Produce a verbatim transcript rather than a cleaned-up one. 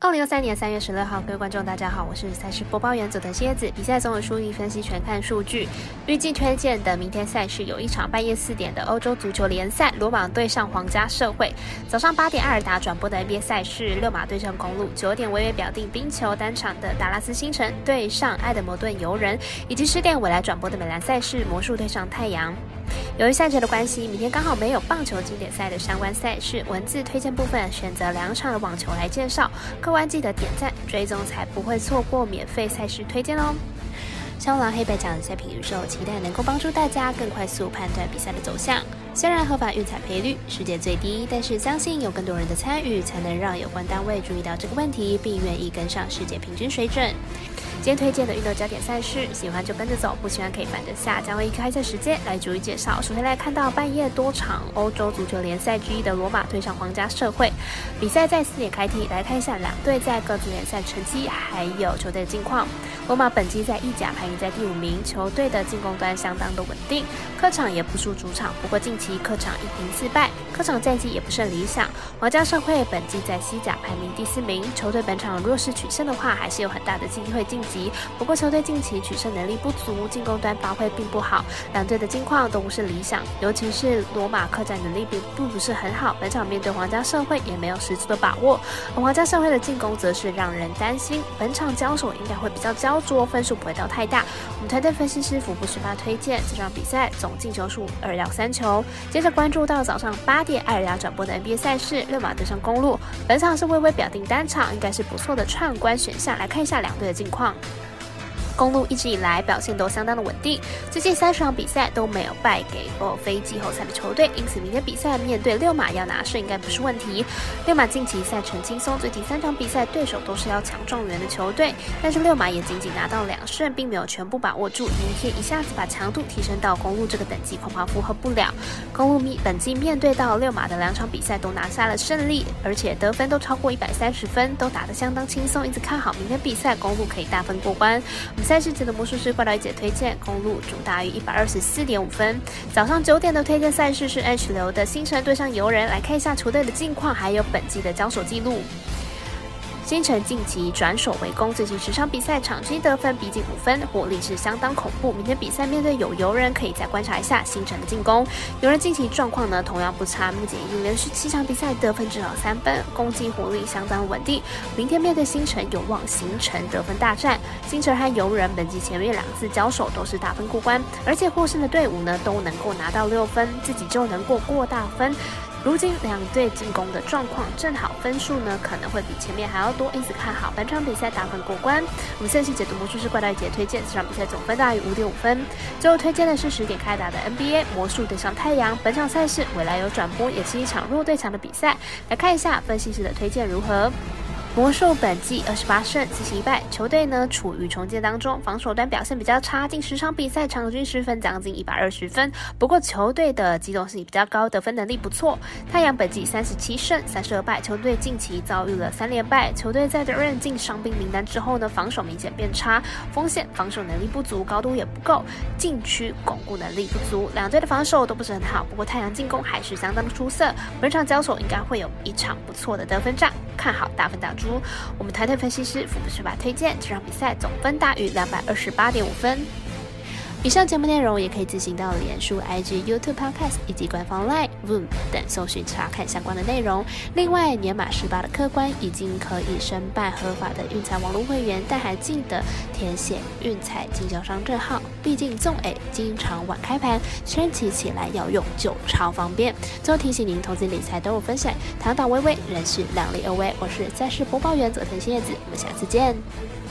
二零二三年三月十六号，各位观众大家好，我是赛事播报员佐藤蝎子。比赛总有输赢分析全看数据。预计推荐的明天赛事有一场半夜四点的欧洲足球联赛，罗马对上皇家社会；早上八点艾尔达转播的 N B A 赛事，六马对上公鹿；九点微微表定冰球单场的达拉斯星城对上埃德摩顿游人，以及十点未来转播的美兰赛事，魔术对上太阳。由于赛程的关系，明天刚好没有棒球经典赛的相关赛事，文字推荐部分选择两场的网球来介绍，各位记得点赞追踪，才不会错过免费赛事推荐哦。香狼黑白奖的赛品预售，期待能够帮助大家更快速判断比赛的走向。虽然合法运彩赔率世界最低，但是相信有更多人的参与，才能让有关单位注意到这个问题，并愿意跟上世界平均水准。今天推荐的运动焦点赛事，喜欢就跟着走，不喜欢可以反着下，将会以开赛时间来逐一介绍。首先来看到半夜多场欧洲足球联赛之一的罗马对上皇家社会，比赛在四点开踢，来看一下两队在各自联赛成绩，还有球队的近况。罗马本季在意甲排名在第五名，球队的进攻端相当的稳定，客场也不输主场，不过近期客场一平四败，客场战绩也不甚理想。皇家社会本季在西甲排名第四名，球队本场若是取胜的话，还是有很大的机会晋级。不过球队近期取胜能力不足，进攻端发挥并不好，两队的近况都不是理想，尤其是罗马客战能力并并不是很好，本场面对皇家社会也没有十足的把握，而皇家社会的进攻则是让人担心，本场交手应该会比较焦灼，分数不会到太大。我们团队分析师福布十八推荐这场比赛总进球数二到三球。接着关注到早上八点艾尔达转播的 N B A 赛事，六马对上公鹿，本场是微微表定单场，应该是不错的串关选项，来看一下两队的近况。公鹿一直以来表现都相当的稳定，最近三十场比赛都没有败给过非季后赛的球队，因此明天比赛面对六马要拿胜应该不是问题。六马近期赛程轻松，最近三场比赛对手都是要抢状元的球队，但是六马也仅仅拿到两胜，并没有全部把握住，明天一下子把强度提升到公鹿这个等级，恐怕负荷不了。公鹿本季面对到六马的两场比赛都拿下了胜利，而且得分都超过一百三十分，都打得相当轻松，因此看好明天比赛公鹿可以大分过关。赛事节的魔术师怪盗一姐推荐公鹿主大于一百二十四点五分。早上九点的推荐赛事是 H 流的星城对上游人，来看一下球队的近况，还有本季的交手记录。星城近期转守为攻，最近十场比赛场均得分逼近五分，火力是相当恐怖。明天比赛面对有游人，可以再观察一下星城的进攻。游人近期状况呢同样不差，目前已经连续七场比赛得分至少三分，攻击火力相当稳定。明天面对星城有望形成得分大战。星城和游人本季前面两次交手都是大分过关，而且获胜的队伍呢都能够拿到六分，自己就能够过大分。如今两队进攻的状况正好，分数呢可能会比前面还要多，因此看好本场比赛大分过关。我们赛事解读魔术师怪盗一姐推荐这场比赛总分大于五点五分。最后推荐的是十点开打的 N B A 魔术对上太阳，本场赛事未来有转播，也是一场弱对强的比赛，来看一下分析师的推荐如何。魔术本季二十八胜四十一败，球队呢处于重建当中，防守端表现比较差，近十场比赛场均失分将近一百二十分。不过球队的机动性比较高，得分能力不错。太阳本季三十七胜三十二败，球队近期遭遇了三连败。球队在德润进伤兵名单之后呢，防守明显变差，锋线防守能力不足，高度也不够，禁区巩固能力不足，两队的防守都不是很好。不过太阳进攻还是相当的出色，本场交手应该会有一场不错的得分战，看好大分打出。我们团队分析师福布十八推荐这场比赛总分大于两百二十八点五分。以上节目内容也可以自行到脸书、I G、YouTube Podcast 以及官方 Line、Voom 等搜寻查看相关的内容。另外，年满十八的客官已经可以申办合法的运彩网络会员，但还记得填写运彩经销商证号，毕竟纵 A 经常晚开盘，升级起来要用就超方便。最后提醒您，投资理财都有风险，堂岛微微，人是量力而为。我是赛事播报员佐藤蝎子，我们下次见。